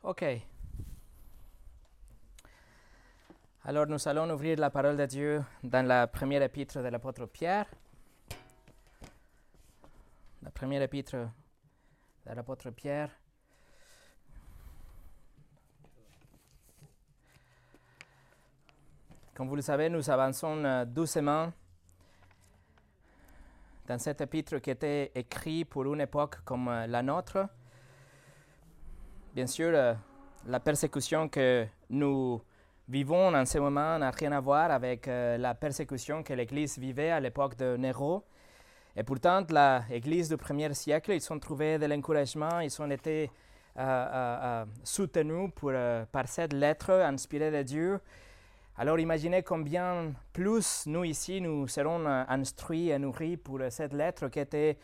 OK. Alors nous allons ouvrir la parole de Dieu dans la première épître de l'apôtre Pierre. La première épître de l'apôtre Pierre. Comme vous le savez, nous avançons doucement dans cet épître qui était écrit pour une époque comme la nôtre. Bien sûr, la persécution que nous vivons en ce moment n'a rien à voir avec la persécution que l'Église vivait à l'époque de Néron. Et pourtant, l'Église du premier siècle, ils ont trouvé de l'encouragement, ils ont été soutenus par cette lettre inspirée de Dieu. Alors imaginez combien plus nous ici, nous serons instruits et nourris pour cette lettre qui était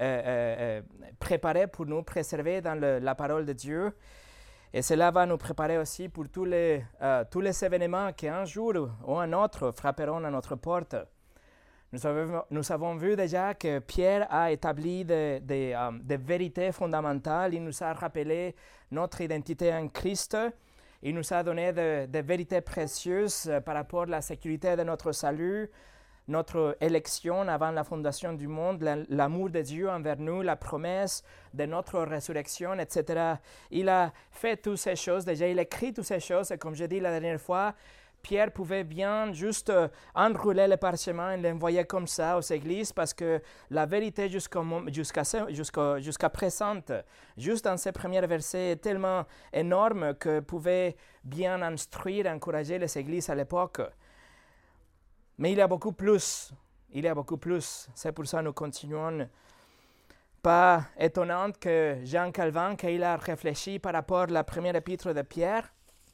préparée pour nous préserver dans la parole de Dieu. Et cela va nous préparer aussi pour tous les événements qui un jour ou un autre frapperont à notre porte. Nous avons vu déjà que Pierre a établi des vérités fondamentales. Il nous a rappelé notre identité en Christ. Il nous a donné des vérités précieuses par rapport à la sécurité de notre salut, notre élection avant la fondation du monde, l'amour de Dieu envers nous, la promesse de notre résurrection, etc. Il a fait toutes ces choses, déjà il a écrit toutes ces choses, et comme je dis la dernière fois, Pierre pouvait bien juste enrouler le parchemin et l'envoyer comme ça aux églises parce que la vérité jusqu'à présent, juste dans ces premiers versets, est tellement énorme que pouvait bien instruire et encourager les églises à l'époque. Mais il y a beaucoup plus. C'est pour ça que nous continuons. Pas étonnant que Jean Calvin, quand il a réfléchi par rapport à la première épître de Pierre,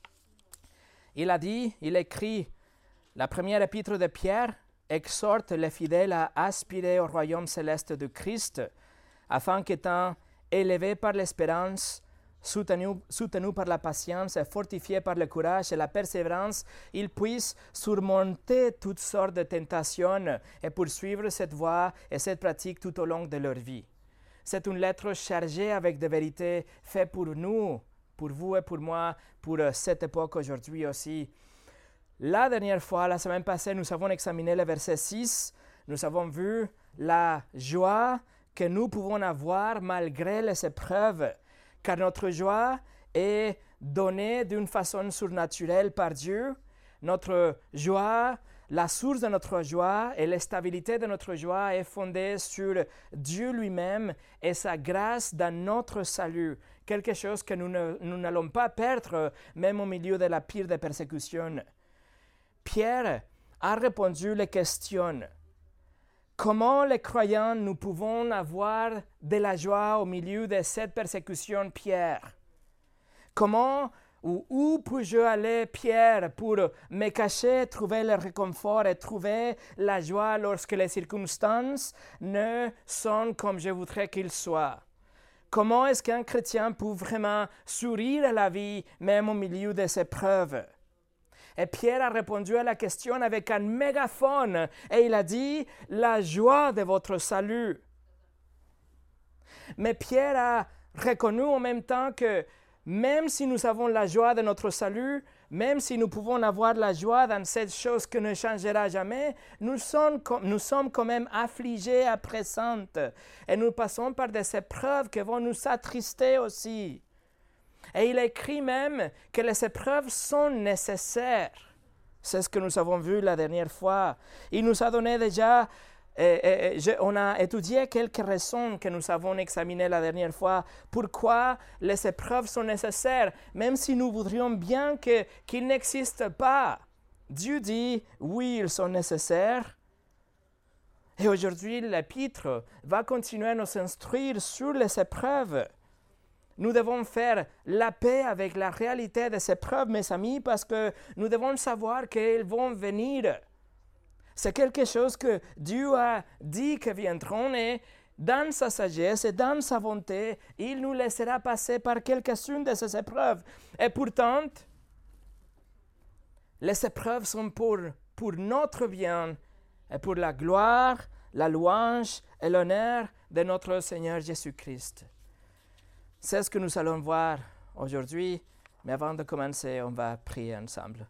il a écrit, la première épître de Pierre exhorte les fidèles à aspirer au royaume céleste de Christ, afin qu'étant élevés par l'espérance, soutenus par la patience et fortifiés par le courage et la persévérance, ils puissent surmonter toutes sortes de tentations et poursuivre cette voie et cette pratique tout au long de leur vie. C'est une lettre chargée avec des vérités faites pour nous, pour vous et pour moi, pour cette époque aujourd'hui aussi. La dernière fois, la semaine passée, nous avons examiné le verset 6. Nous avons vu la joie que nous pouvons avoir malgré les épreuves, car notre joie est donnée d'une façon surnaturelle par Dieu. Notre joie, la source de notre joie et la stabilité de notre joie est fondée sur Dieu lui-même et sa grâce dans notre salut. Quelque chose que nous n'allons pas perdre même au milieu de la pire des persécutions. Pierre a répondu les questions. Comment les croyants nous pouvons avoir de la joie au milieu de cette persécution, Pierre? Comment ou où puis-je aller, Pierre, pour me cacher, trouver le réconfort et trouver la joie lorsque les circonstances ne sont comme je voudrais qu'ils soient? Comment est-ce qu'un chrétien peut vraiment sourire à la vie, même au milieu de ses épreuves? Et Pierre a répondu à la question avec un mégaphone et il a dit « la joie de votre salut ». Mais Pierre a reconnu en même temps que même si nous avons la joie de notre salut, même si nous pouvons avoir la joie dans cette chose qui ne changera jamais, nous sommes quand même affligés à présent. Et nous passons par des épreuves qui vont nous attrister aussi. Et il écrit même que les épreuves sont nécessaires. C'est ce que nous avons vu la dernière fois. Il nous a donné déjà, on a étudié quelques raisons que nous avons examinées la dernière fois, pourquoi les épreuves sont nécessaires, même si nous voudrions bien qu'ils n'existent pas. Dieu dit, oui, ils sont nécessaires. Et aujourd'hui, l'épître va continuer à nous instruire sur les épreuves. Nous devons faire la paix avec la réalité de ces épreuves, mes amis, parce que nous devons savoir qu'elles vont venir. C'est quelque chose que Dieu a dit que viendront et dans sa sagesse et dans sa bonté, il nous laissera passer par quelques-unes de ces épreuves. Et pourtant, les épreuves sont pour notre bien et pour la gloire, la louange et l'honneur de notre Seigneur Jésus-Christ. C'est ce que nous allons voir aujourd'hui Mais avant de commencer, on va prier ensemble.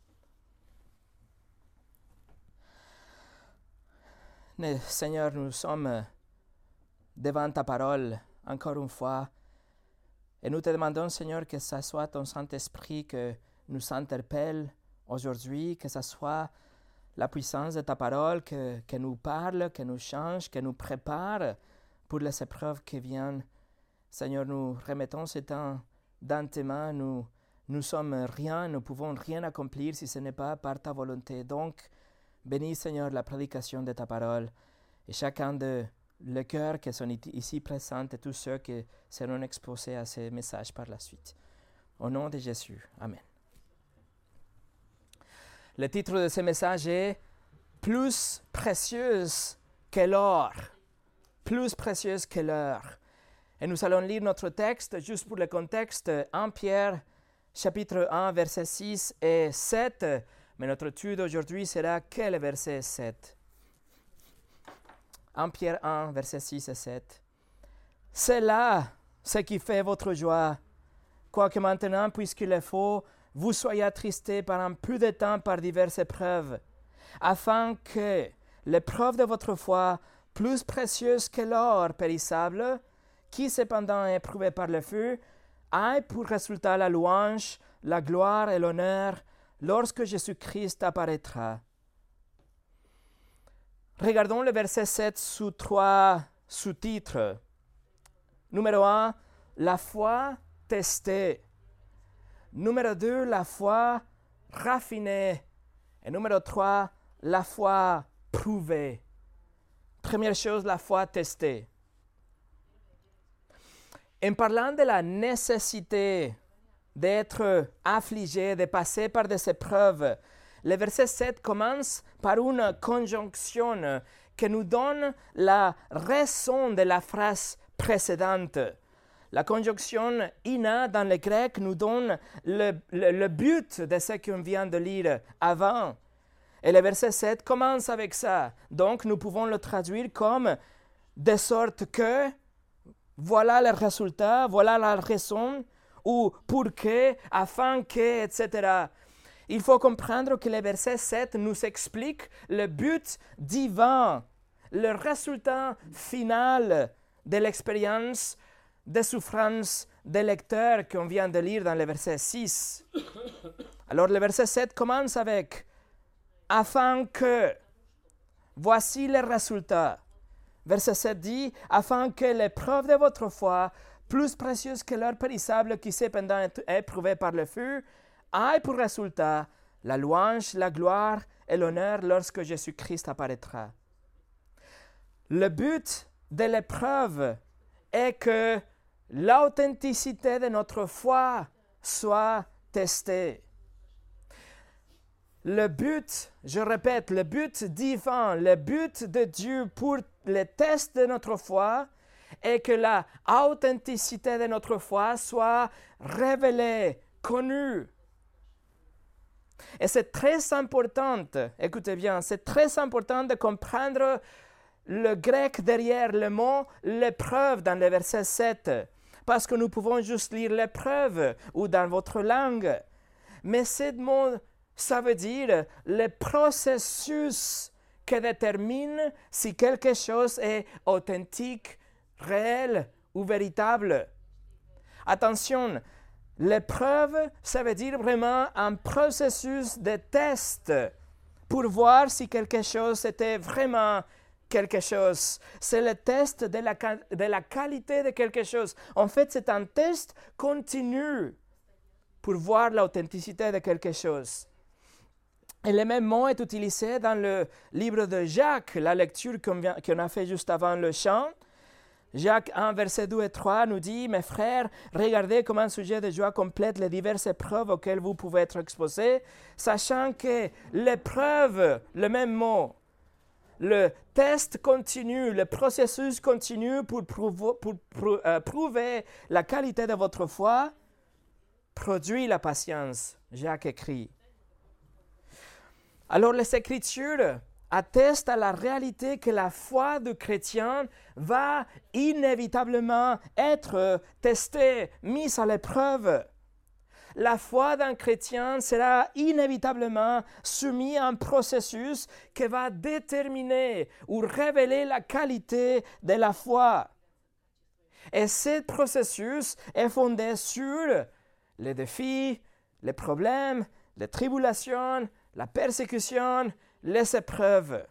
Seigneur, nous sommes devant ta parole encore une fois et nous te demandons, Seigneur, que ce soit ton Saint-Esprit que nous interpelle aujourd'hui, que ce soit la puissance de ta parole que nous parle, que nous change, que nous prépare pour les épreuves qui viennent. Seigneur, nous remettons ce temps dans tes mains. Nous sommes rien, nous ne pouvons rien accomplir si ce n'est pas par ta volonté. Donc, bénis, Seigneur, la prédication de ta parole et chacun de les cœurs qui sont ici présents et tous ceux qui seront exposés à ces messages par la suite. Au nom de Jésus. Amen. Le titre de ce message est « Plus précieuse que l'or ». Plus précieuse que l'or. Et nous allons lire notre texte, juste pour le contexte, 1 Pierre, chapitre 1, versets 6 et 7. Mais notre étude aujourd'hui sera que le verset 7. 1 Pierre 1, versets 6 et 7. « C'est là ce qui fait votre joie, quoique maintenant, puisqu'il est faux, vous soyez attristés par un peu de temps par diverses épreuves, afin que l'épreuve de votre foi, plus précieuse que l'or périssable, qui cependant est éprouvé par le feu, ait pour résultat la louange, la gloire et l'honneur lorsque Jésus-Christ apparaîtra. » Regardons le verset 7 sous 3 sous-titres. Numéro 1, la foi testée. Numéro 2, la foi raffinée. Et numéro 3, la foi prouvée. Première chose, la foi testée. En parlant de la nécessité d'être affligé, de passer par des épreuves, le verset 7 commence par une conjonction qui nous donne la raison de la phrase précédente. La conjonction ina dans le grec nous donne le but de ce qu'on vient de lire avant. Et le verset 7 commence avec ça. Donc nous pouvons le traduire comme de sorte que, voilà le résultat, voilà la raison, ou pour que, afin que, etc. Il faut comprendre que le verset 7 nous explique le but divin, le résultat final de l'expérience de souffrance des lecteurs qu'on vient de lire dans le verset 6. Alors le verset 7 commence avec « afin que ». Voici le résultat. Verset 7 dit « afin que l'épreuve de votre foi, plus précieuse que l'or périssable qui cependant est éprouvée par le feu, ait pour résultat la louange, la gloire et l'honneur lorsque Jésus-Christ apparaîtra. » Le but de l'épreuve est que l'authenticité de notre foi soit testée. Le but, je répète, le but divin, le but de Dieu pour le test de notre foi est que la authenticité de notre foi soit révélée, connue. Et c'est très important, écoutez bien, c'est très important de comprendre le grec derrière le mot « l'épreuve » dans le verset 7, parce que nous pouvons juste lire « l'épreuve » ou dans votre langue. Mais ce mot, ça veut dire le processus qui détermine si quelque chose est authentique, réel ou véritable. Attention, l'épreuve, ça veut dire vraiment un processus de test pour voir si quelque chose était vraiment quelque chose. C'est le test de la qualité de quelque chose. En fait, c'est un test continu pour voir l'authenticité de quelque chose. Et le même mot est utilisé dans le livre de Jacques, la lecture qu'on a fait juste avant le chant. Jacques 1, versets 2 et 3 nous dit « Mes frères, regardez comme un sujet de joie complète les diverses épreuves auxquelles vous pouvez être exposés, sachant que l'épreuve, le même mot, le test continu, le processus continu pour prouver la qualité de votre foi, produit la patience. » Jacques écrit. Alors les Écritures attestent à la réalité que la foi du chrétien va inévitablement être testée, mise à l'épreuve. la foi d'un chrétien sera inévitablement soumise à un processus qui va déterminer ou révéler la qualité de la foi. Et ce processus est fondé sur les défis, les problèmes, les tribulations, la persécution, les épreuves.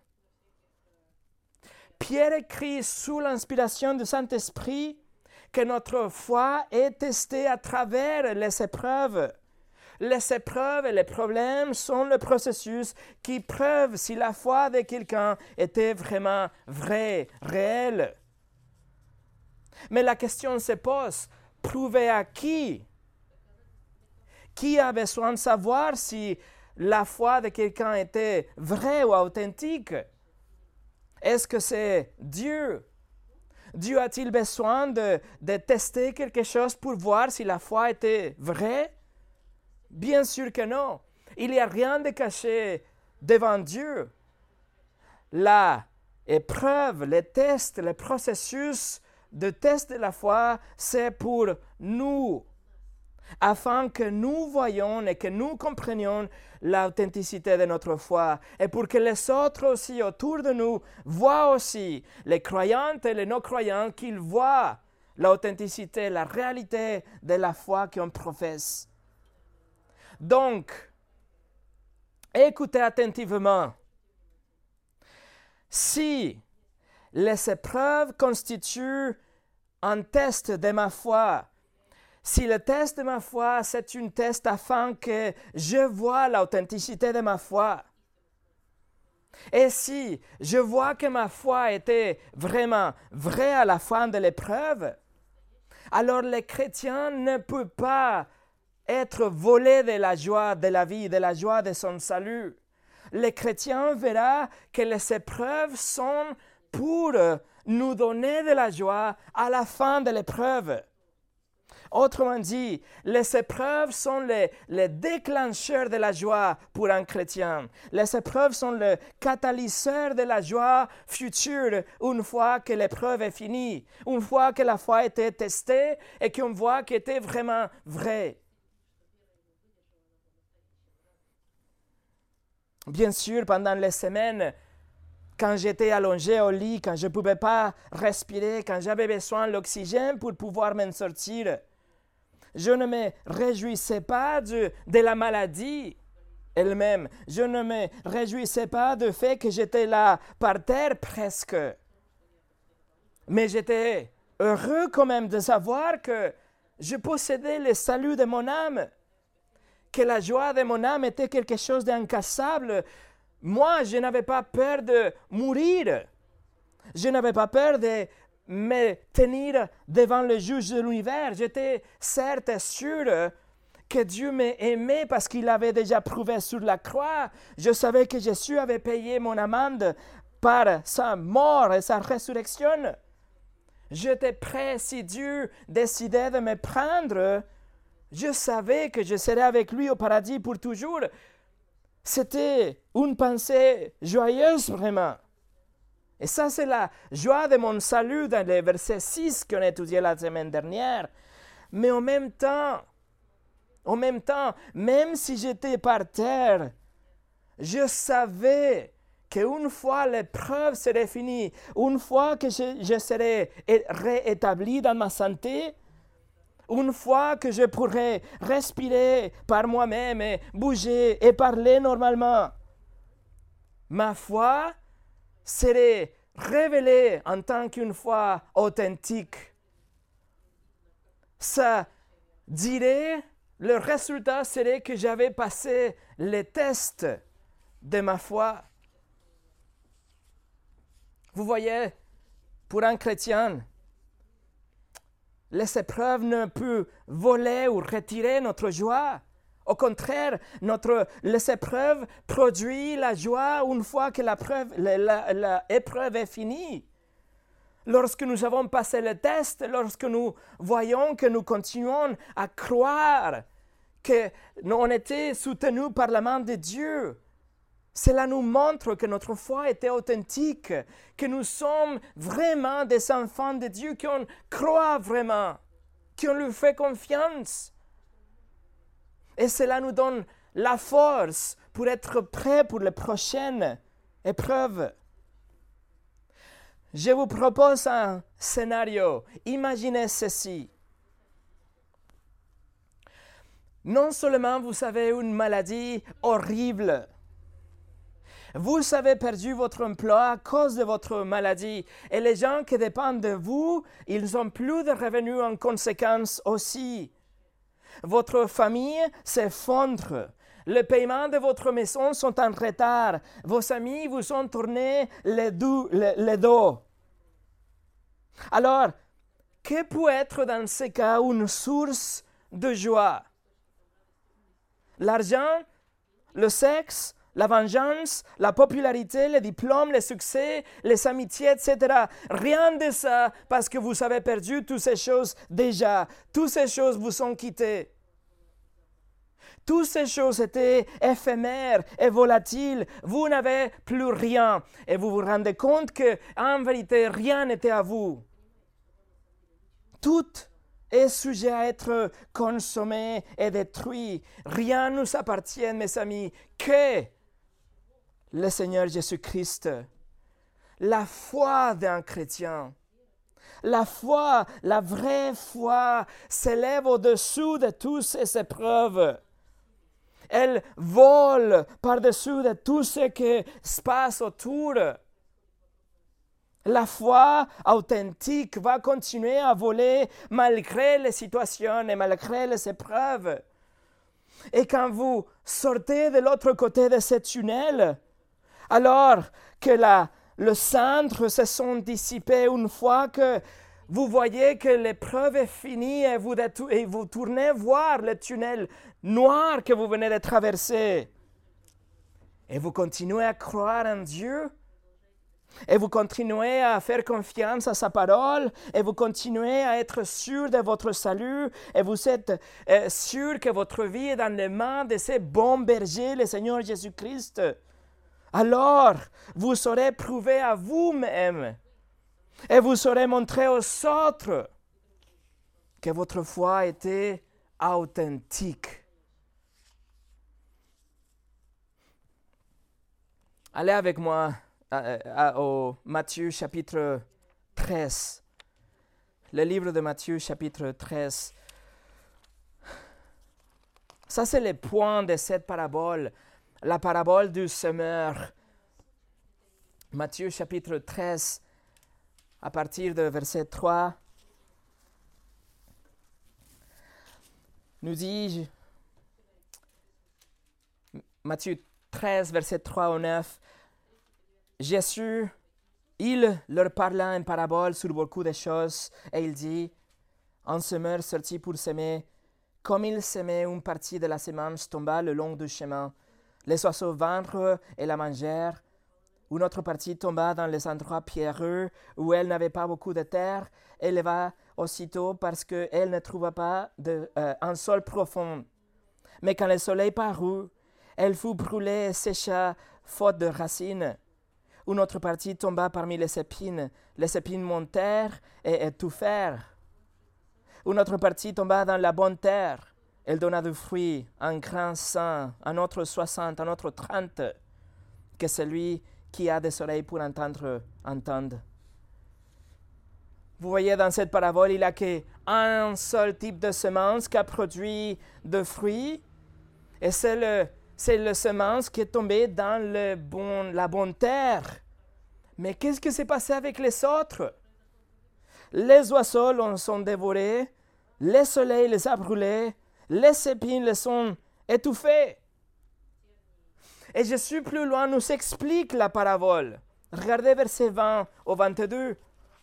Pierre écrit sous l'inspiration du Saint-Esprit que notre foi est testée à travers les épreuves. Les épreuves et les problèmes sont le processus qui prouve si la foi de quelqu'un était vraiment vraie, réelle. Mais la question se pose, prouver à qui? Qui a besoin de savoir si la foi de quelqu'un était vraie ou authentique? Est-ce que c'est Dieu? Dieu a-t-il besoin de tester quelque chose pour voir si la foi était vraie? Bien sûr que non. Il n'y a rien de caché devant Dieu. La épreuve, les tests, le processus de test de la foi, c'est pour nous, afin que nous voyions et que nous comprenions l'authenticité de notre foi, et pour que les autres aussi autour de nous voient aussi, les croyants et les non-croyants, qu'ils voient l'authenticité, la réalité de la foi qu'on professe. Donc, écoutez attentivement. Si les épreuves constituent un test de ma foi, si le test de ma foi, c'est un test afin que je vois l'authenticité de ma foi, et si je vois que ma foi était vraiment vraie à la fin de l'épreuve, alors le chrétien ne peut pas être volé de la joie de la vie, de la joie de son salut. Le chrétien verra que les épreuves sont pour nous donner de la joie à la fin de l'épreuve. Autrement dit, les épreuves sont les déclencheurs de la joie pour un chrétien. Les épreuves sont le catalyseur de la joie future une fois que l'épreuve est finie, une fois que la foi a été testée et qu'on voit qu'elle était vraiment vraie. Bien sûr, pendant les semaines, quand j'étais allongé au lit, quand je ne pouvais pas respirer, quand j'avais besoin de l'oxygène pour pouvoir m'en sortir, je ne me réjouissais pas de la maladie elle-même. Je ne me réjouissais pas du fait que j'étais là par terre presque. Mais j'étais heureux quand même de savoir que je possédais le salut de mon âme, que la joie de mon âme était quelque chose d'incassable. Moi, je n'avais pas peur de mourir. Je n'avais pas peur de me tenir devant le juge de l'univers. J'étais certes sûr que Dieu m'aimait parce qu'il avait déjà prouvé sur la croix. Je savais que Jésus avait payé mon amende par sa mort et sa résurrection. J'étais prêt, si Dieu décidait de me prendre, je savais que je serais avec lui au paradis pour toujours. C'était une pensée joyeuse vraiment. Et ça, c'est la joie de mon salut dans le verset 6 qu'on a étudié la semaine dernière. Mais en même temps, même si j'étais par terre, je savais qu'une fois l'épreuve serait finie, une fois que je serais réétabli dans ma santé, une fois que je pourrais respirer par moi-même et bouger et parler normalement, ma foi serait révélée en tant qu'une foi authentique. Ça dirait, le résultat serait que j'avais passé les tests de ma foi. Vous voyez, pour un chrétien, les épreuves ne peuvent voler ou retirer notre joie. Au contraire, les épreuves produisent la joie une fois que l'épreuve est finie. Lorsque nous avons passé le test, lorsque nous voyons que nous continuons à croire qu'on était soutenus par la main de Dieu, cela nous montre que notre foi était authentique, que nous sommes vraiment des enfants de Dieu, qu'on croit vraiment, qu'on lui fait confiance. Et cela nous donne la force pour être prêts pour les prochaines épreuves. Je vous propose un scénario. Imaginez ceci. Non seulement vous avez une maladie horrible, vous avez perdu votre emploi à cause de votre maladie et les gens qui dépendent de vous, ils n'ont plus de revenus en conséquence aussi. Votre famille s'effondre. Le paiement de votre maison sont en retard. Vos amis vous ont tourné le dos. Alors, que peut être dans ce cas une source de joie? L'argent, le sexe, la vengeance, la popularité, les diplômes, les succès, les amitiés, etc. Rien de ça parce que vous avez perdu toutes ces choses déjà. Toutes ces choses vous ont quitté. Toutes ces choses étaient éphémères et volatiles. Vous n'avez plus rien. Et vous vous rendez compte qu'en vérité, rien n'était à vous. Tout est sujet à être consommé et détruit. Rien ne nous appartient, mes amis, que le Seigneur Jésus-Christ. La foi d'un chrétien. La foi, la vraie foi, s'élève au-dessous de toutes ces épreuves. Elle vole par-dessus de tout ce qui se passe autour. La foi authentique va continuer à voler malgré les situations et malgré les épreuves. Et quand vous sortez de l'autre côté de ce tunnel, alors que le centre se sont dissipés une fois que vous voyez que l'épreuve est finie et vous tournez voir le tunnel noir que vous venez de traverser. Et vous continuez à croire en Dieu. Et vous continuez à faire confiance à sa parole. Et vous continuez à être sûr de votre salut. Et vous êtes sûr que votre vie est dans les mains de ce bon berger, le Seigneur Jésus-Christ. Alors, vous saurez prouver à vous-même et vous saurez montrer aux autres que votre foi était authentique. Allez avec moi au Matthieu chapitre 13. Le livre de Matthieu chapitre 13. Ça, c'est le point de cette parabole. La parabole du semeur. Matthieu chapitre 13, à partir de verset 3, nous dit, Matthieu 13, verset 3 au 9, Jésus, il leur parla en parabole sur beaucoup de choses, et il dit, un semeur sortit pour semer, comme il semait une partie de la semence tomba le long du chemin. Les oiseaux vinrent et la mangèrent. Une autre partie tomba dans les endroits pierreux où elle n'avait pas beaucoup de terre. Elle leva aussitôt parce qu'elle ne trouva pas un sol profond. Mais quand le soleil parut, elle fut brûlée et sécha faute de racines. Une autre partie tomba parmi les épines. Les épines montèrent et étouffèrent. Une autre partie tomba dans la bonne terre. Elle donna du fruit, un grand 100, un autre 60, un autre 30, que celui qui a des oreilles pour entendre, entende. Vous voyez, dans cette parabole, il n'y a qu'un seul type de semence qui a produit de fruits, et c'est le semence qui est tombé dans la bonne terre. Mais qu'est-ce qui s'est passé avec les autres? Les oiseaux l'ont sont dévorés, le soleil les a brûlés, les épines les ont étouffés. Et Jésus, plus loin, nous explique la parabole. Regardez verset 20 au 22.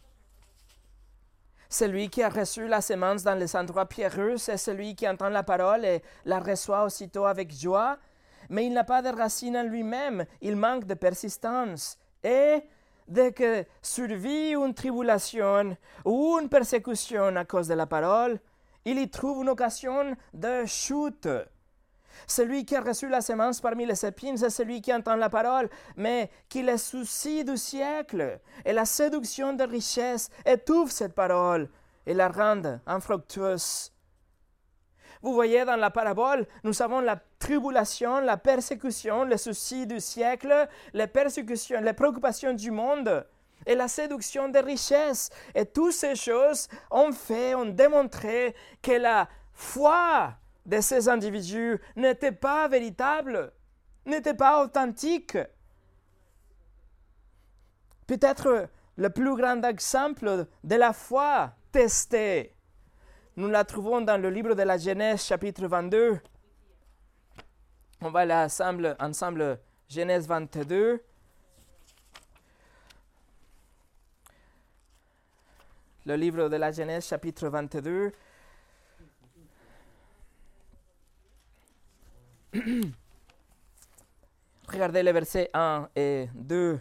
Celui qui a reçu la semence dans les endroits pierreux, c'est celui qui entend la parole et la reçoit aussitôt avec joie, mais il n'a pas de racine en lui-même, il manque de persistance. Et dès que survit une tribulation ou une persécution à cause de la parole, il y trouve une occasion de chute. Celui qui a reçu la semence parmi les épines, c'est celui qui entend la parole, mais qui les soucis du siècle et la séduction de richesse étouffe cette parole et la rend infructueuse. Vous voyez, dans la parabole, nous avons la tribulation, la persécution, le souci du siècle, les persécutions, les préoccupations du monde et la séduction des richesses. Et toutes ces choses ont démontré que la foi de ces individus n'était pas véritable, n'était pas authentique. Peut-être le plus grand exemple de la foi testée, nous la trouvons dans le livre de la Genèse, chapitre 22. On va aller ensemble Genèse 22. Le livre de la Genèse, chapitre 22. Regardez les versets 1 et 2.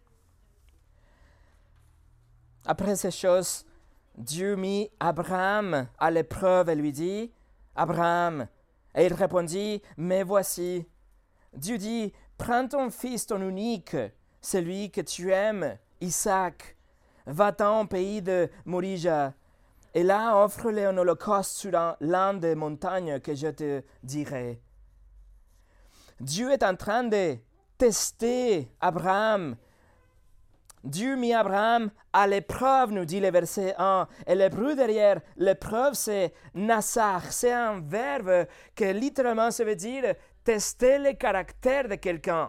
Après ces choses, Dieu mit Abraham à l'épreuve et lui dit, « Abraham » Et il répondit, « Mais voici. » Dieu dit, « Prends ton fils, ton unique, celui que tu aimes, Isaac, va-t'en au pays de Morija, et là offre-le en holocauste sur l'une des montagnes que je te dirai. » Dieu est en train de tester Abraham. Dieu mit Abraham à l'épreuve, nous dit le verset 1. Et l'hébreu derrière l'épreuve, c'est nassar. C'est un verbe que littéralement ça veut dire tester le caractère de quelqu'un.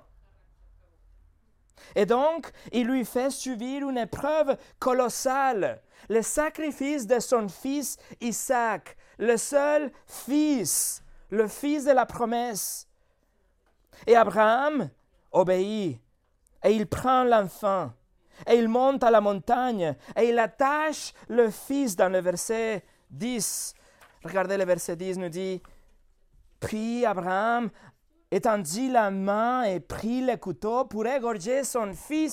Et donc, il lui fait subir une épreuve colossale. Le sacrifice de son fils Isaac, le seul fils, le fils de la promesse. Et Abraham obéit et il prend l'enfant. Et il monte à la montagne et il attache le fils dans le verset 10. Regardez le verset 10 nous dit, « Puis Abraham étendit la main et prit le couteau pour égorger son fils. »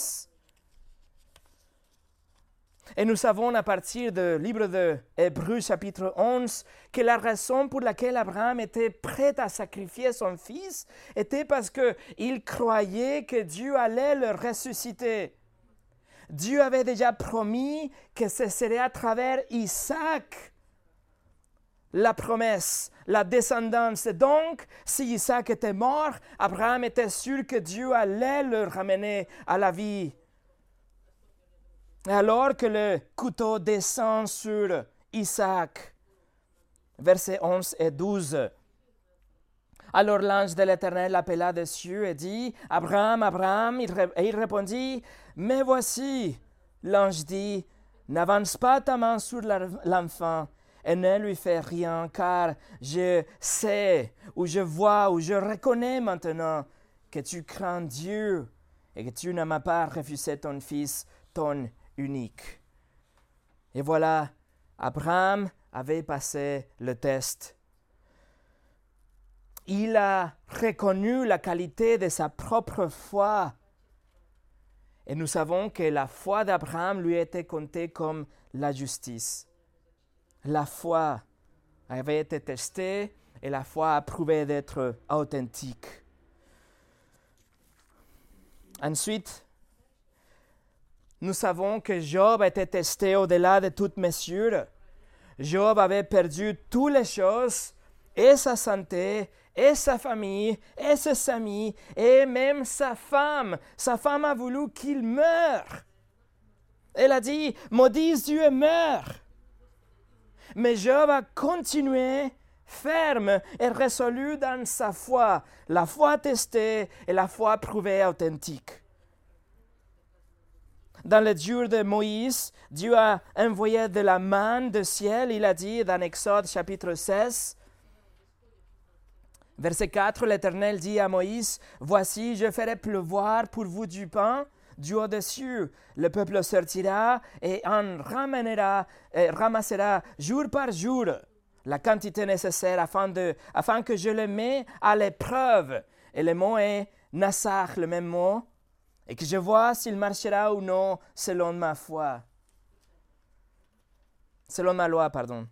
Et nous savons à partir du livre de Hébreux chapitre 11 que la raison pour laquelle Abraham était prêt à sacrifier son fils était parce qu'il croyait que Dieu allait le ressusciter. Dieu avait déjà promis que ce serait à travers Isaac la promesse, la descendance. Et donc, si Isaac était mort, Abraham était sûr que Dieu allait le ramener à la vie. Alors que le couteau descend sur Isaac, versets 11 et 12. Alors l'ange de l'Éternel l'appela des cieux et dit, « Abraham, Abraham » Et il répondit, « Mais voici. » L'ange dit, « N'avance pas ta main sur l'enfant et ne lui fais rien, car je sais, ou je vois, ou je reconnais maintenant que tu crains Dieu et que tu ne m'as pas refusé ton fils, ton unique. » Et voilà, Abraham avait passé le test. Il a reconnu la qualité de sa propre foi. Et nous savons que la foi d'Abraham lui était comptée comme la justice. La foi avait été testée et la foi a prouvé d'être authentique. Ensuite, nous savons que Job a été testé au-delà de toute mesure. Job avait perdu toutes les choses, et sa santé, et sa famille, et ses amis, et même sa femme. Sa femme a voulu qu'il meure. Elle a dit, « Maudisse Dieu et meurs !» Mais Job a continué ferme et résolu dans sa foi, la foi testée et la foi prouvée authentique. Dans le jour de Moïse, Dieu a envoyé de la manne du ciel. Il a dit dans Exode chapitre 16, verset 4, l'Éternel dit à Moïse, « Voici, je ferai pleuvoir pour vous du pain du au-dessus. Le peuple sortira et en ramassera jour par jour la quantité nécessaire afin que je le mette à l'épreuve. » Et le mot est nassar, le même mot. Et que je vois s'il marchera ou non selon ma foi. Selon ma loi, pardon.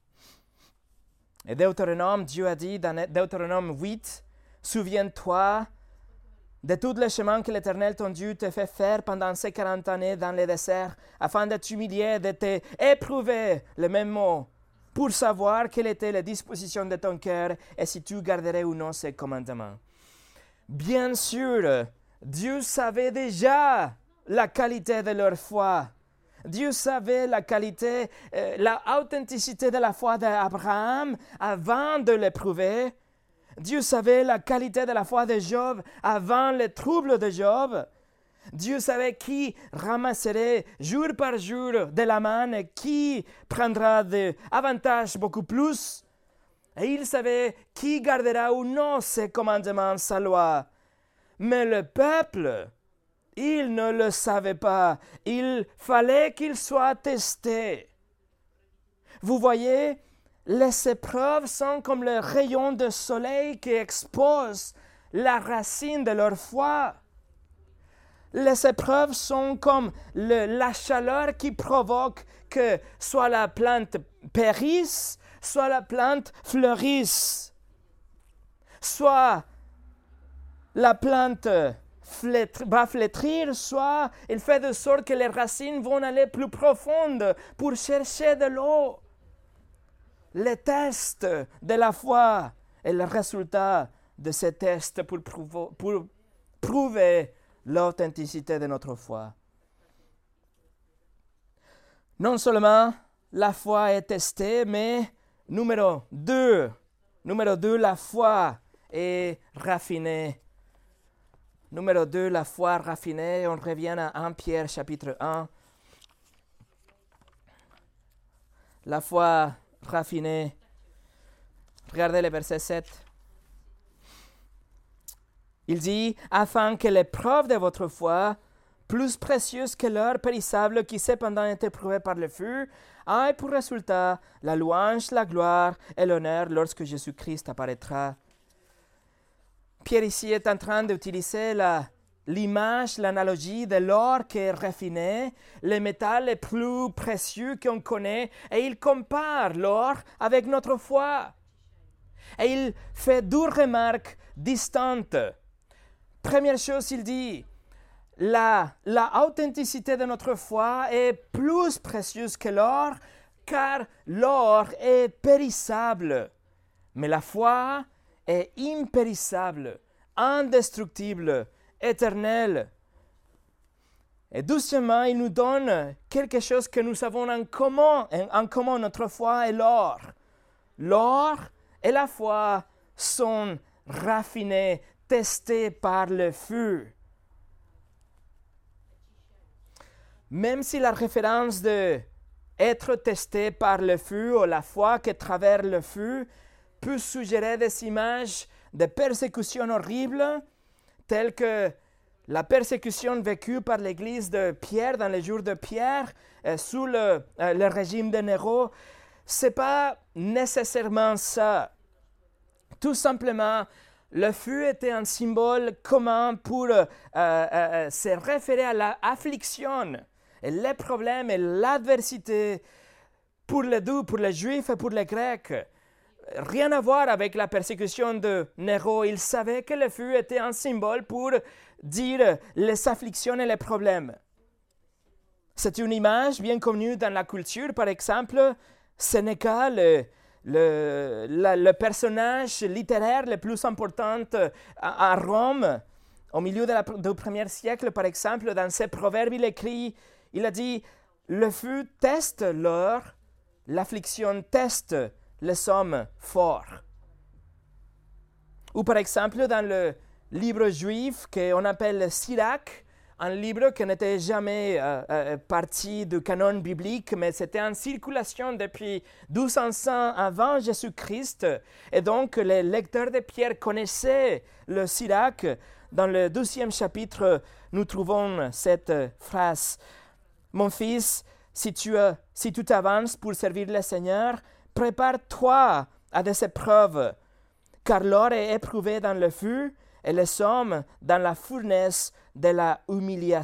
Et Deutéronome, Dieu a dit dans Deutéronome 8, « Souviens-toi de tous les chemins que l'Éternel ton Dieu te fait faire pendant ces 40 années dans le désert, afin de t'humilier, de t'éprouver, le même mot, pour savoir quelle était la disposition de ton cœur et si tu garderais ou non ses commandements. Bien sûr, Dieu savait déjà la qualité de leur foi. Dieu savait la qualité, la authenticité de la foi d'Abraham avant de l'éprouver. Dieu savait la qualité de la foi de Job avant les troubles de Job. Dieu savait qui ramasserait jour par jour de la manne et qui prendra des avantages beaucoup plus. Et il savait qui gardera ou non ses commandements, sa loi. Mais le peuple, il ne le savait pas. Il fallait qu'il soit testé. Vous voyez, les épreuves sont comme le rayon de soleil qui expose la racine de leur foi. Les épreuves sont comme la chaleur qui provoque que soit la plante périsse, soit la plante fleurisse, soit la plante va flétrir, soit il fait de sorte que les racines vont aller plus profondes pour chercher de l'eau. Les tests de la foi est le résultat de ces tests pour prouver l'authenticité de notre foi. Non seulement la foi est testée, mais numéro 2, la foi est raffinée. Numéro 2, la foi raffinée. On revient à 1 Pierre chapitre 1. La foi raffinée. Regardez le verset 7. Il dit, afin que l'épreuve de votre foi, plus précieuse que l'or périssable qui cependant est éprouvée par le feu, ait pour résultat la louange, la gloire et l'honneur lorsque Jésus-Christ apparaîtra. Pierre ici est en train d'utiliser l'image, l'analogie de l'or qui est raffiné, le métal le plus précieux qu'on connaît, et il compare l'or avec notre foi. Et il fait deux remarques distantes. Première chose, il dit, la authenticité de notre foi est plus précieuse que l'or, car l'or est périssable. Mais la foi est impérissable, indestructible, éternelle. Et deuxièmement, il nous donne quelque chose que nous avons en commun notre foi et l'or. L'or et la foi sont raffinés, testés par le feu. Même si la référence de être testé par le feu ou la foi qui traverse le feu peut suggérer des images de persécutions horribles, telles que la persécution vécue par l'Église de Pierre dans les jours de Pierre, sous le régime de Néron, ce n'est pas nécessairement ça. Tout simplement, le feu était un symbole commun pour se référer à l'affliction, et les problèmes et l'adversité pour les deux, pour les Juifs et pour les Grecs. Rien à voir avec la persécution de Néron. Il savait que le feu était un symbole pour dire les afflictions et les problèmes. C'est une image bien connue dans la culture. Par exemple, Sénéca, le personnage littéraire le plus important à Rome, au milieu du 1er siècle, par exemple, dans ses proverbes, il a dit « Le feu teste l'or, l'affliction teste les hommes forts. » Ou par exemple, dans le livre juif qu'on appelle Sirach, un livre qui n'était jamais parti du canon biblique, mais c'était en circulation depuis 1200 ans avant Jésus-Christ. Et donc, les lecteurs de Pierre connaissaient le Sirach. Dans le 12e chapitre, nous trouvons cette phrase. « Mon fils, si tu t'avances pour servir le Seigneur, prépare-toi à des épreuves, car l'or est éprouvé dans le feu et les hommes dans la fournaise de la humiliation. »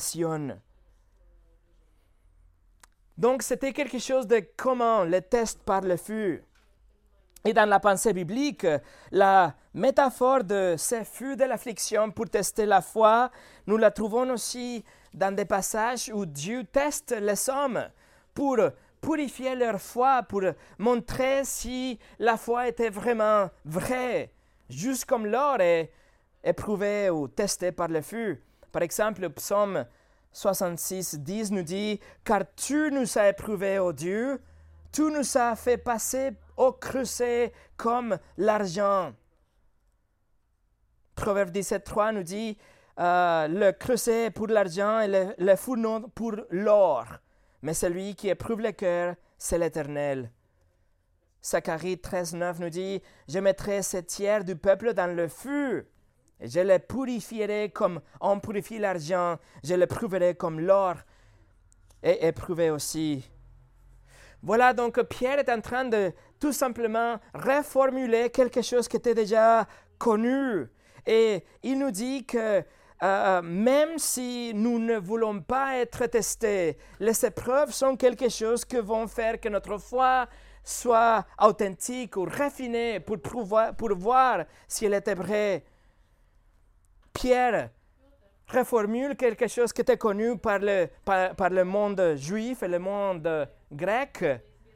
Donc, c'était quelque chose de commun, le test par le feu. Et dans la pensée biblique, la métaphore de ces feux de l'affliction pour tester la foi, nous la trouvons aussi dans des passages où Dieu teste les hommes pour purifier leur foi, pour montrer si la foi était vraiment vraie, juste comme l'or est éprouvé ou testé par le feu. Par exemple, le psaume 66, 10 nous dit « Car tu nous as éprouvés, ô Dieu, tu nous as fait passer au creuset comme l'argent. » Proverbe 17, 3 nous dit le creuset pour l'argent et le fourneau pour l'or. Mais celui qui éprouve le cœur, c'est l'Éternel. Zacharie 13, 9 nous dit je mettrai ces tiers du peuple dans le feu. Et je les purifierai comme on purifie l'argent. Je les prouverai comme l'or et éprouvé aussi. Voilà, donc Pierre est en train de tout simplement reformuler quelque chose qui était déjà connu. Et il nous dit que même si nous ne voulons pas être testés, les épreuves sont quelque chose qui vont faire que notre foi soit authentique ou raffinée pour voir si elle était vraie. Pierre reformule quelque chose qui était connu par le monde juif et le monde grec.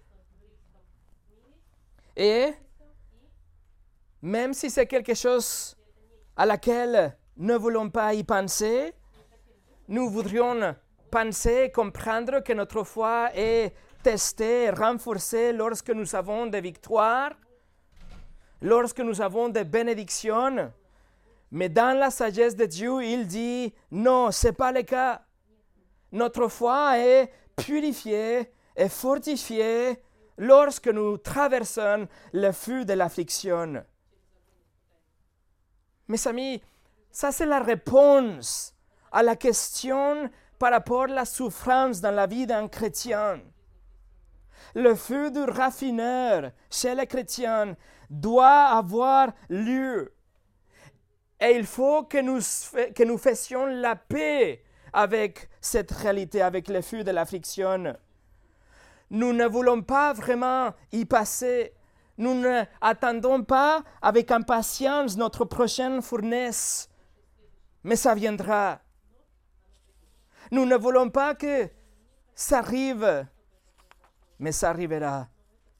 Et même si c'est quelque chose à laquelle ne voulons pas y penser, nous voudrions penser, comprendre que notre foi est testée, renforcée lorsque nous avons des victoires, lorsque nous avons des bénédictions. Mais dans la sagesse de Dieu, il dit, non, ce n'est pas le cas. Notre foi est purifiée et fortifiée lorsque nous traversons le feu de l'affliction. Mes amis, ça c'est la réponse à la question par rapport à la souffrance dans la vie d'un chrétien. Le feu du raffineur chez les chrétiens doit avoir lieu. Et il faut que nous fassions la paix avec cette réalité, avec le feu de l'affliction. Nous ne voulons pas vraiment y passer. Nous n'attendons pas avec impatience notre prochaine fournaise, mais ça viendra. Nous ne voulons pas que ça arrive, mais ça arrivera.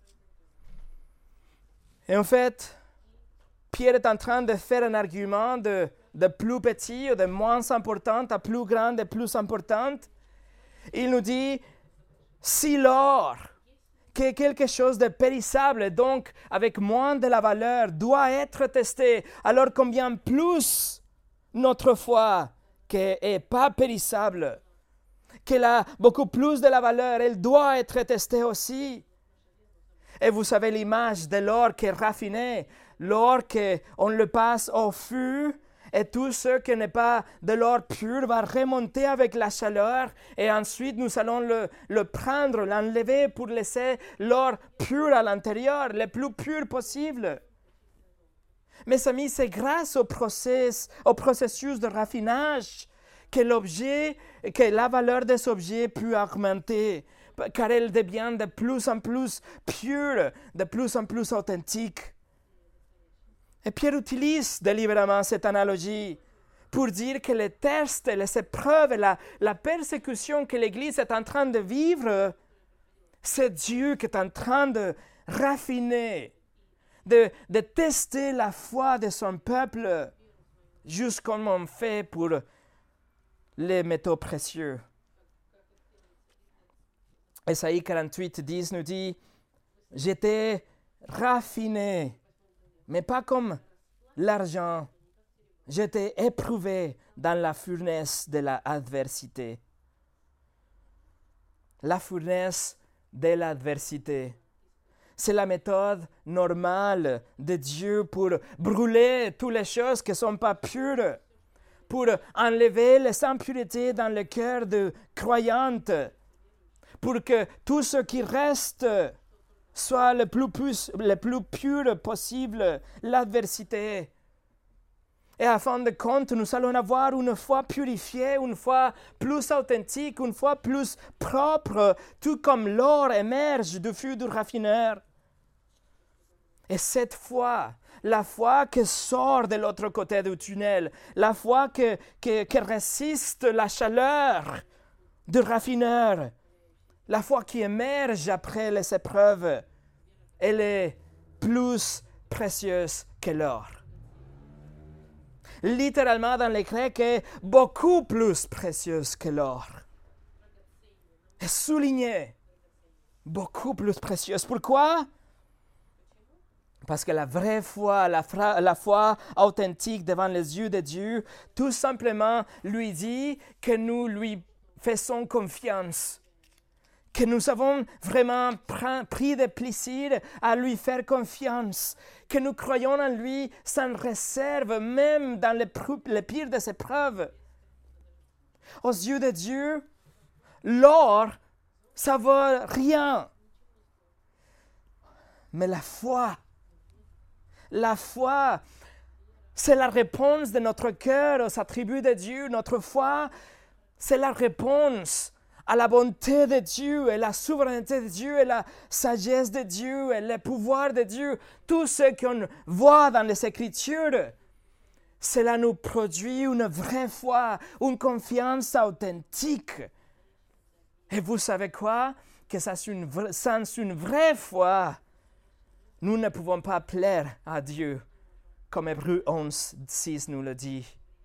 Et en fait, Pierre est en train de faire un argument de plus petit ou de moins important à plus grand et plus importante. Il nous dit, si l'or, qui est quelque chose de périssable, donc avec moins de la valeur, doit être testé, alors combien plus notre foi, qui n'est pas périssable, qu'elle a beaucoup plus de la valeur, elle doit être testée aussi. Et vous savez l'image de l'or qui est raffiné, l'or qu'on le passe au feu, et tout ce qui n'est pas de l'or pur va remonter avec la chaleur, et ensuite nous allons le prendre, l'enlever pour laisser l'or pur à l'intérieur, le plus pur possible. Mes amis, c'est grâce au processus de raffinage que la valeur des objets peut augmenter, car elle devient de plus en plus pure, de plus en plus authentique. Et Pierre utilise délibérément cette analogie pour dire que les tests, les épreuves, la persécution que l'Église est en train de vivre, c'est Dieu qui est en train de raffiner, de tester la foi de son peuple, juste comme on fait pour les métaux précieux. Ésaïe 48, 10 nous dit « J'étais raffiné, mais pas comme l'argent. J'étais éprouvé dans la fournaise de l'adversité. » La fournaise de l'adversité. C'est la méthode normale de Dieu pour brûler toutes les choses qui ne sont pas pures, pour enlever les impuretés dans le cœur de croyantes, pour que tout ce qui reste soit le plus pur possible, l'adversité. Et à fin de compte, nous allons avoir une foi purifiée, une foi plus authentique, une foi plus propre, tout comme l'or émerge du feu du raffineur. Et cette foi, la foi qui sort de l'autre côté du tunnel, la foi qui résiste la chaleur du raffineur, La foi qui émerge après les épreuves, elle est plus précieuse que l'or. Littéralement, dans les Grecs, est beaucoup plus précieuse que l'or. Et souligné, beaucoup plus précieuse. Pourquoi? Parce que la vraie foi, la foi authentique devant les yeux de Dieu, tout simplement lui dit que nous lui faisons confiance, que nous avons vraiment pris de plaisir à lui faire confiance, que nous croyons en lui sans réserve, même dans les pires des épreuves. Aux yeux de Dieu, l'or, ça ne vaut rien. Mais la foi, c'est la réponse de notre cœur aux attributs de Dieu. Notre foi, c'est la réponse à la bonté de Dieu et la souveraineté de Dieu et la sagesse de Dieu et le pouvoir de Dieu. Tout ce qu'on voit dans les Écritures, cela nous produit une vraie foi, une confiance authentique. Et vous savez quoi? Que sans une vraie foi, nous ne pouvons pas plaire à Dieu, comme Hébreux 11, 6 nous le dit.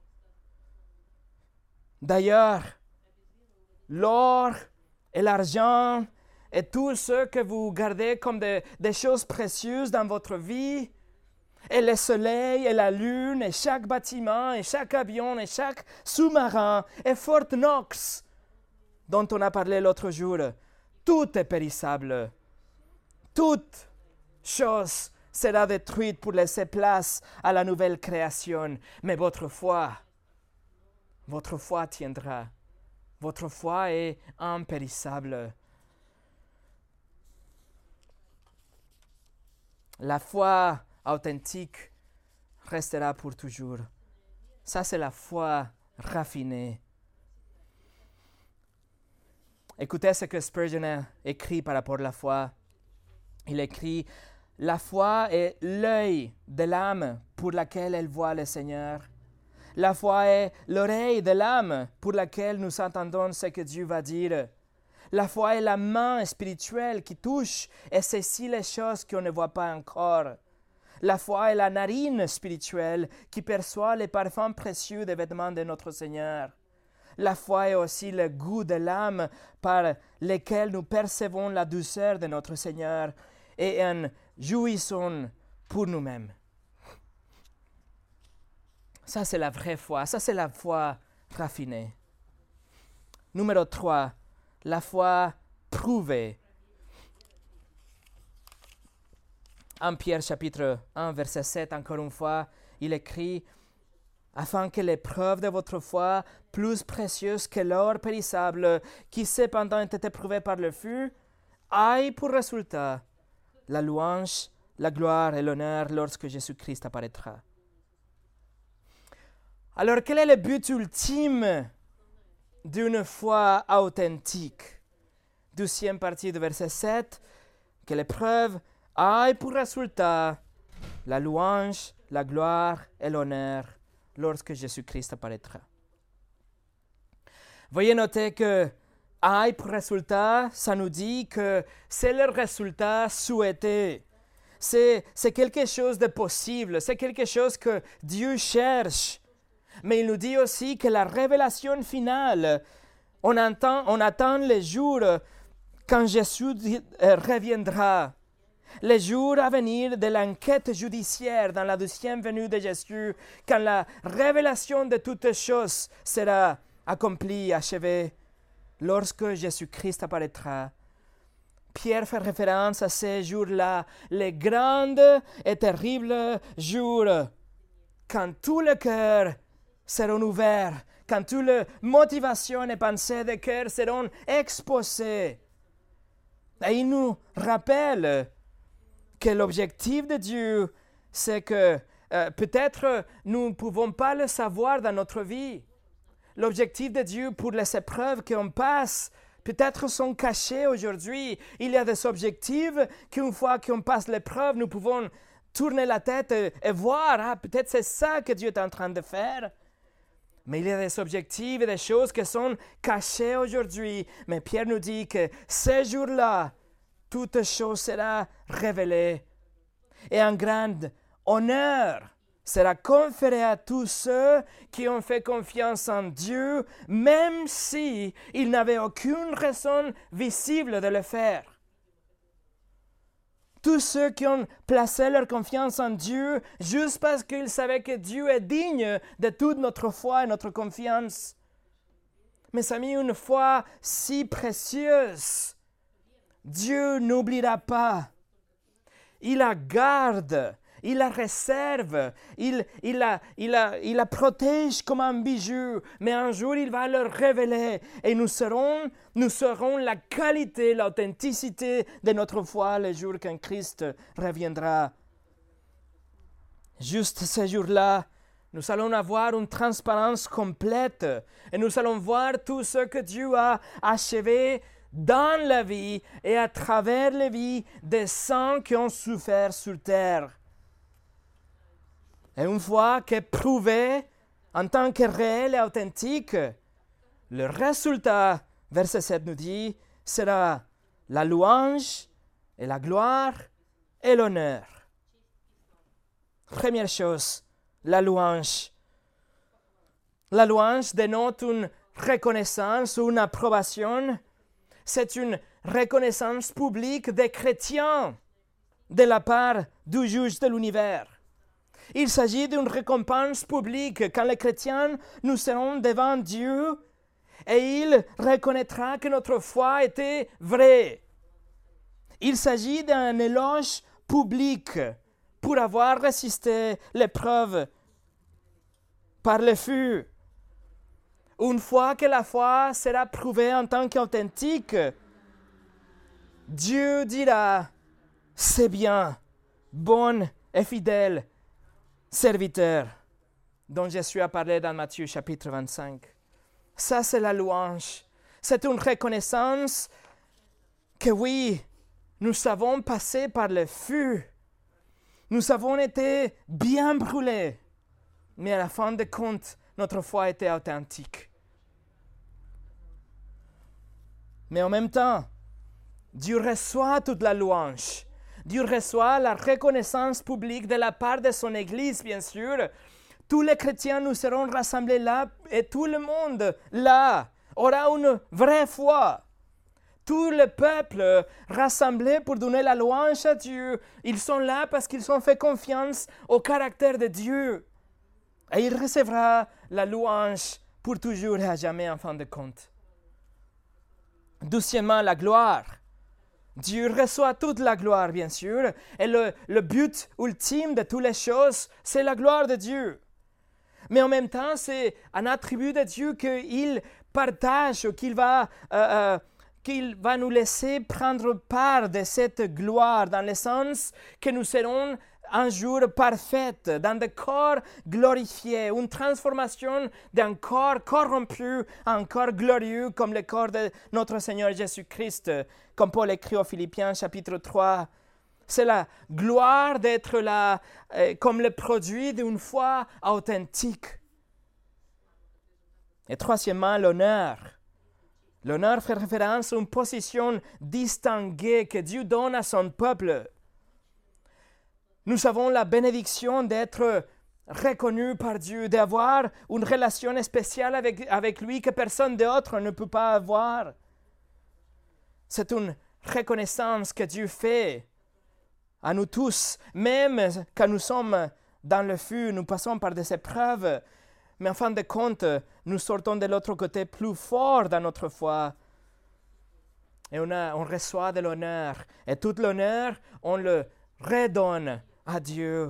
D'ailleurs, l'or et l'argent et tout ce que vous gardez comme des choses précieuses dans votre vie, et le soleil et la lune et chaque bâtiment et chaque avion et chaque sous-marin et Fort Knox, dont on a parlé l'autre jour, tout est périssable. Toute chose sera détruite pour laisser place à la nouvelle création. Mais votre foi tiendra. Votre foi est impérissable. La foi authentique restera pour toujours. Ça, c'est la foi raffinée. Écoutez ce que Spurgeon a écrit par rapport à la foi. Il écrit « La foi est l'œil de l'âme pour laquelle elle voit le Seigneur. La foi est l'oreille de l'âme pour laquelle nous entendons ce que Dieu va dire. La foi est la main spirituelle qui touche et saisit les choses qu'on ne voit pas encore. La foi est la narine spirituelle qui perçoit les parfums précieux des vêtements de notre Seigneur. La foi est aussi le goût de l'âme par lequel nous percevons la douceur de notre Seigneur et en jouissons pour nous-mêmes. » Ça, c'est la vraie foi. Ça, c'est la foi raffinée. Numéro 3, la foi prouvée. En Pierre chapitre 1, verset 7, encore une fois, il écrit « Afin que l'épreuve de votre foi, plus précieuse que l'or périssable, qui cependant a été éprouvé par le feu, aille pour résultat la louange, la gloire et l'honneur lorsque Jésus-Christ apparaîtra. » Alors, quel est le but ultime d'une foi authentique? Deuxième partie du verset 7, que l'épreuve aille pour résultat la louange, la gloire et l'honneur lorsque Jésus-Christ apparaîtra. Veuillez noter que aille pour résultat, ça nous dit que c'est le résultat souhaité. C'est quelque chose de possible, c'est quelque chose que Dieu cherche. Mais il nous dit aussi que la révélation finale, on attend les jours quand Jésus reviendra. Les jours à venir de l'enquête judiciaire dans la deuxième venue de Jésus, quand la révélation de toutes choses sera accomplie, achevée, lorsque Jésus-Christ apparaîtra. Pierre fait référence à ces jours-là, les grands et terribles jours, quand tout le cœur seront ouverts, quand toutes les motivations et pensées de cœur seront exposées. Et il nous rappelle que l'objectif de Dieu, c'est que peut-être nous ne pouvons pas le savoir dans notre vie. L'objectif de Dieu pour les épreuves qu'on passe, peut-être sont cachés aujourd'hui. Il y a des objectifs qu'une fois qu'on passe l'épreuve, nous pouvons tourner la tête et voir, peut-être c'est ça que Dieu est en train de faire. Mais il y a des objectifs et des choses qui sont cachées aujourd'hui. Mais Pierre nous dit que ce jour-là, toute chose sera révélée. Et un grand honneur sera conféré à tous ceux qui ont fait confiance en Dieu, même si ils n'avaient aucune raison visible de le faire. Tous ceux qui ont placé leur confiance en Dieu juste parce qu'ils savaient que Dieu est digne de toute notre foi et notre confiance. Mes amis, une foi si précieuse, Dieu n'oubliera pas. Il la garde, il la réserve, il la protège comme un bijou, mais un jour il va le révéler et nous saurons la qualité, l'authenticité de notre foi le jour quand Christ reviendra. Juste ce jour-là, nous allons avoir une transparence complète et nous allons voir tout ce que Dieu a achevé dans la vie et à travers les vies des saints qui ont souffert sur terre. Et une fois qu'est prouvé en tant que réel et authentique, le résultat, verset 7 nous dit, sera la louange et la gloire et l'honneur. Première chose, la louange. La louange dénote une reconnaissance ou une approbation. C'est une reconnaissance publique des chrétiens de la part du juge de l'univers. Il s'agit d'une récompense publique quand les chrétiens nous serons devant Dieu et il reconnaîtra que notre foi était vraie. Il s'agit d'un éloge public pour avoir résisté l'épreuve par le feu. Une fois que la foi sera prouvée en tant qu'authentique, Dieu dira, c'est bien, bon et fidèle serviteur, dont Jésus a parlé dans Matthieu chapitre 25. Ça, c'est la louange. C'est une reconnaissance que oui, nous avons passé par le feu. Nous avons été bien brûlés. Mais à la fin de compte, notre foi était authentique. Mais en même temps, Dieu reçoit toute la louange. Dieu reçoit la reconnaissance publique de la part de son Église, bien sûr. Tous les chrétiens nous serons rassemblés là et tout le monde là aura une vraie foi. Tout le peuple rassemblé pour donner la louange à Dieu, ils sont là parce qu'ils ont fait confiance au caractère de Dieu. Et il recevra la louange pour toujours et à jamais en fin de compte. Deuxièmement, la gloire. Dieu reçoit toute la gloire, bien sûr, et le but ultime de toutes les choses, c'est la gloire de Dieu. Mais en même temps, c'est un attribut de Dieu qu'il partage, qu'il va nous laisser prendre part de cette gloire, dans le sens que nous serons un jour parfaits, dans des corps glorifiés, une transformation d'un corps corrompu à un corps glorieux comme le corps de notre Seigneur Jésus-Christ, comme Paul écrit aux Philippiens chapitre 3. C'est la gloire d'être là comme le produit d'une foi authentique. Et troisièmement, l'honneur. L'honneur fait référence à une position distinguée que Dieu donne à son peuple. Nous avons la bénédiction d'être reconnus par Dieu, d'avoir une relation spéciale avec lui que personne d'autre ne peut pas avoir. C'est une reconnaissance que Dieu fait à nous tous, même quand nous sommes dans le feu, nous passons par des épreuves, mais en fin de compte, nous sortons de l'autre côté plus fort dans notre foi. Et on reçoit de l'honneur. Et tout l'honneur, on le redonne à Dieu.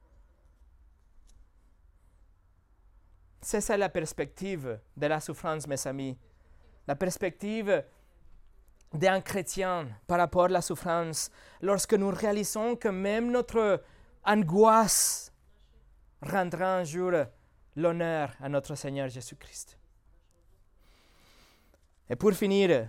C'est ça la perspective de la souffrance, mes amis. La perspective d'un chrétien par rapport à la souffrance, lorsque nous réalisons que même notre angoisse rendra un jour l'honneur à notre Seigneur Jésus-Christ. Et pour finir,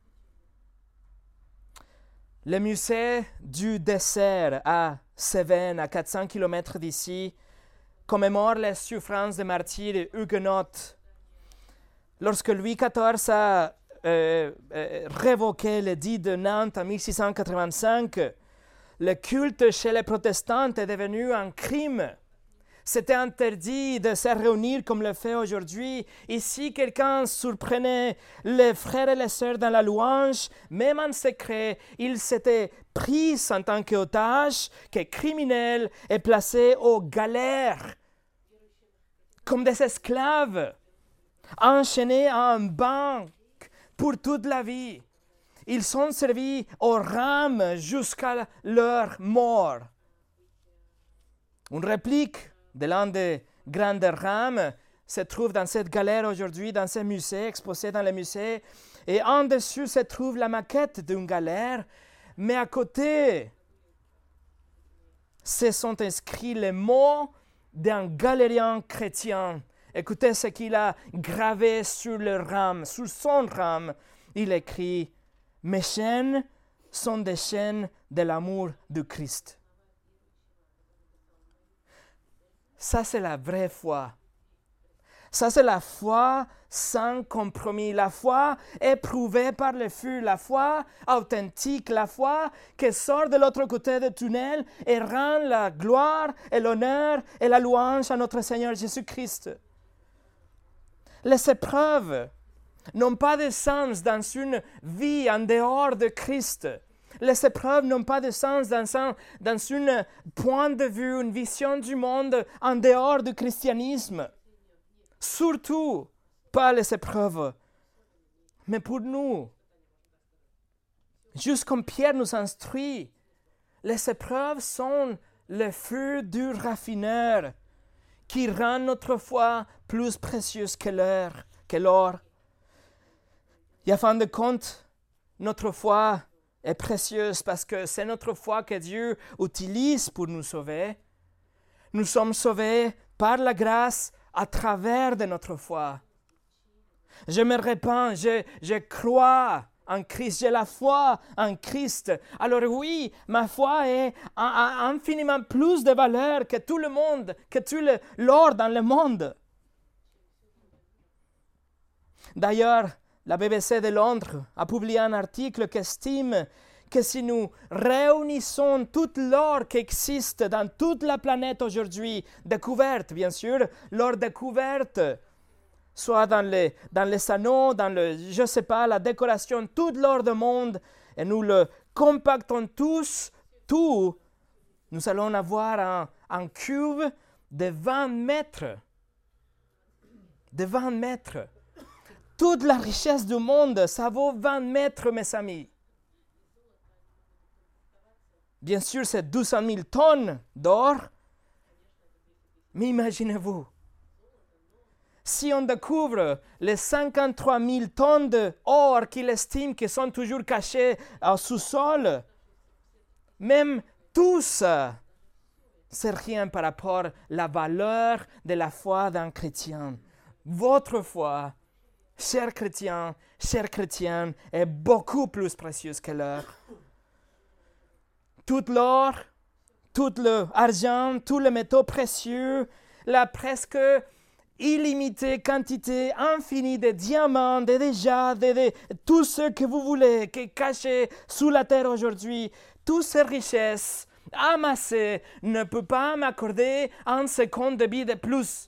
le musée du désert à Cévennes, à 400 km d'ici, commémore les souffrances des martyrs huguenots. Lorsque Louis XIV a révoqué l'édit de Nantes en 1685, le culte chez les protestants est devenu un crime. C'était interdit de se réunir comme le fait aujourd'hui. Et si quelqu'un surprenait les frères et les sœurs dans la louange, même en secret, il s'était pris en tant qu'otage, que criminel, et placé aux galères, comme des esclaves, enchaînés à un banc pour toute la vie. Ils sont servis aux rames jusqu'à leur mort. Une réplique de l'un des grandes rames se trouve dans cette galère aujourd'hui, dans ce musée, exposé dans le musée. Et en dessus se trouve la maquette d'une galère, mais à côté, se sont inscrits les mots d'un galérien chrétien. Écoutez ce qu'il a gravé sur le rame, sur son rame. Il écrit « Mes chaînes sont des chaînes de l'amour du Christ ». Ça, c'est la vraie foi. Ça, c'est la foi sans compromis. La foi éprouvée par le feu. La foi authentique. La foi qui sort de l'autre côté du tunnel et rend la gloire et l'honneur et la louange à notre Seigneur Jésus-Christ. Les épreuves n'ont pas de sens dans une vie en dehors de Christ. Les épreuves n'ont pas de sens dans un point de vue, une vision du monde en dehors du christianisme. Surtout pas les épreuves. Mais pour nous, juste comme Pierre nous instruit, les épreuves sont le feu du raffineur qui rend notre foi plus précieuse que l'or. Et à fin de compte, notre foi est précieuse parce que c'est notre foi que Dieu utilise pour nous sauver. Nous sommes sauvés par la grâce à travers de notre foi. Je me répands, je crois en Christ, j'ai la foi en Christ. Alors oui, ma foi a infiniment plus de valeur que tout le monde, que tout l'or dans le monde. D'ailleurs, la BBC de Londres a publié un article qui estime que si nous réunissons tout l'or qui existe dans toute la planète aujourd'hui, découverte bien sûr, l'or découverte, soit dans les anneaux, je ne sais pas, la décoration, tout l'or du monde, et nous le compactons tout, nous allons avoir un cube de 20 mètres. De 20 mètres. Toute la richesse du monde, ça vaut 20 mètres, mes amis. Bien sûr, c'est 200 000 tonnes d'or, mais imaginez-vous, si on découvre les 53 000 tonnes d'or qu'il estime qui sont toujours cachées au sous-sol, même tout ça, c'est rien par rapport à la valeur de la foi d'un chrétien. Votre foi, chers chrétiens, chères chrétiennes, est beaucoup plus précieuse que l'or. Tout l'or, tout l'argent, tous les métaux précieux, la presque illimitée quantité infinie de diamants, de jade, de tout ce que vous voulez, qui est caché sous la terre aujourd'hui, toutes ces richesses amassées ne peuvent pas m'accorder un seconde de vie de plus.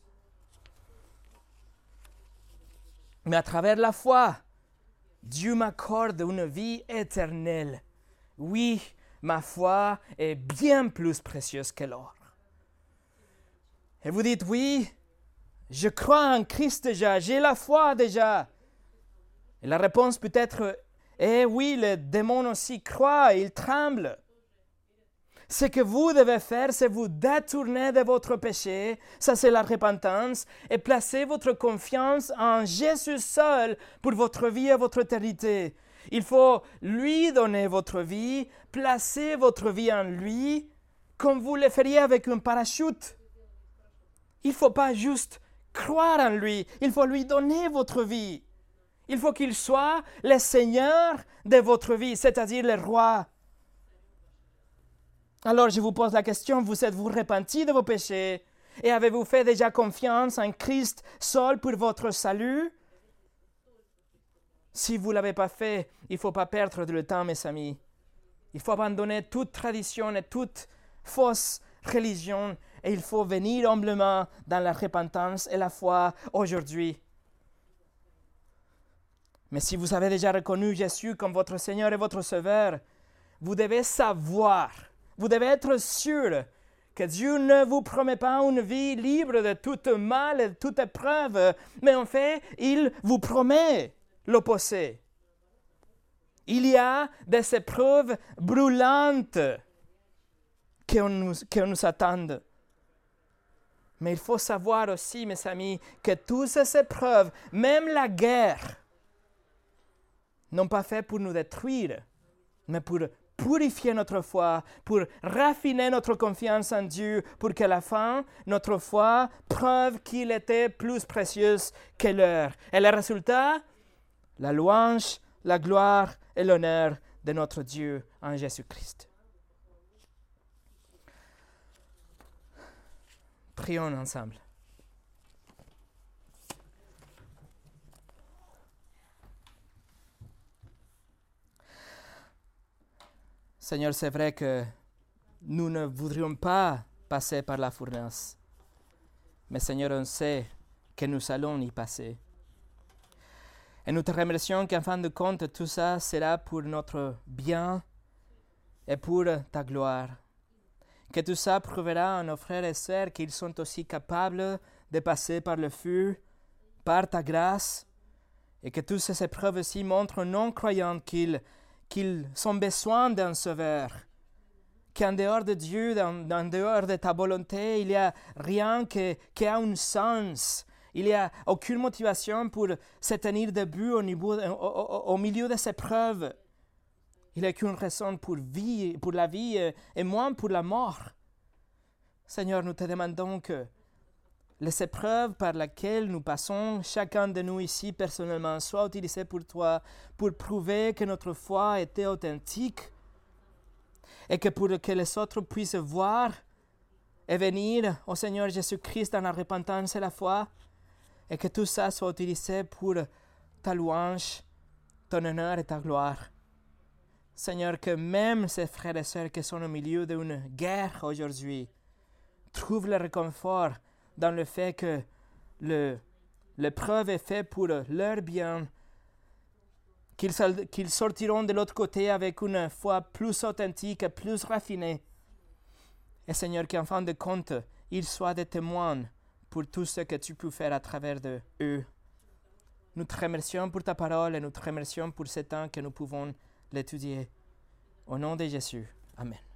Mais à travers la foi, Dieu m'accorde une vie éternelle. Oui, ma foi est bien plus précieuse que l'or. Et vous dites, oui, je crois en Christ déjà, j'ai la foi déjà. Et la réponse peut être, oui, les démons aussi croient, ils tremblent. Ce que vous devez faire, c'est vous détourner de votre péché, ça c'est la repentance, et placer votre confiance en Jésus seul pour votre vie et votre éternité. Il faut lui donner votre vie, placer votre vie en lui, comme vous le feriez avec un parachute. Il ne faut pas juste croire en lui, il faut lui donner votre vie. Il faut qu'il soit le Seigneur de votre vie, c'est-à-dire le roi. Alors je vous pose la question, vous êtes-vous repenti de vos péchés? Et avez-vous fait déjà confiance en Christ seul pour votre salut? Si vous ne l'avez pas fait, il ne faut pas perdre le temps, mes amis. Il faut abandonner toute tradition et toute fausse religion et il faut venir humblement dans la repentance et la foi aujourd'hui. Mais si vous avez déjà reconnu Jésus comme votre Seigneur et votre Sauveur, vous devez savoir, vous devez être sûr que Dieu ne vous promet pas une vie libre de tout mal et de toute épreuve, mais en fait, il vous promet l'opposé. Il y a des épreuves brûlantes qui nous attendent. Mais il faut savoir aussi, mes amis, que toutes ces épreuves, même la guerre, n'ont pas fait pour nous détruire, mais pour purifier notre foi, pour raffiner notre confiance en Dieu, pour qu'à la fin, notre foi prouve qu'il était plus précieuse que l'or. Et le résultat, la louange, la gloire et l'honneur de notre Dieu en Jésus-Christ. Prions ensemble. Seigneur, c'est vrai que nous ne voudrions pas passer par la fournaise. Mais Seigneur, on sait que nous allons y passer. Et nous te remercions qu'en fin de compte, tout ça sera pour notre bien et pour ta gloire. Que tout ça prouvera à nos frères et sœurs qu'ils sont aussi capables de passer par le feu, par ta grâce, et que toutes ces épreuves aussi montrent aux non-croyants qu'ils ont besoin d'un sauveur, qu'en dehors de Dieu, en dehors de ta volonté, il n'y a rien qui a un sens. Il n'y a aucune motivation pour se tenir debout au milieu de ces épreuves. Il n'y a qu'une raison pour la vie et moins pour la mort. Seigneur, nous te demandons que les épreuves par lesquelles nous passons, chacun de nous ici personnellement, soient utilisées pour toi, pour prouver que notre foi était authentique et que pour que les autres puissent voir et venir au Seigneur Jésus-Christ dans la repentance et la foi, et que tout ça soit utilisé pour ta louange, ton honneur et ta gloire. Seigneur, que même ces frères et sœurs qui sont au milieu d'une guerre aujourd'hui trouvent le réconfort dans le fait que l'épreuve est faite pour leur bien, qu'ils sortiront de l'autre côté avec une foi plus authentique et plus raffinée. Et Seigneur, qu'en fin de compte, ils soient des témoins pour tout ce que tu peux faire à travers eux. Nous te remercions pour ta parole et nous te remercions pour ce temps que nous pouvons l'étudier. Au nom de Jésus. Amen.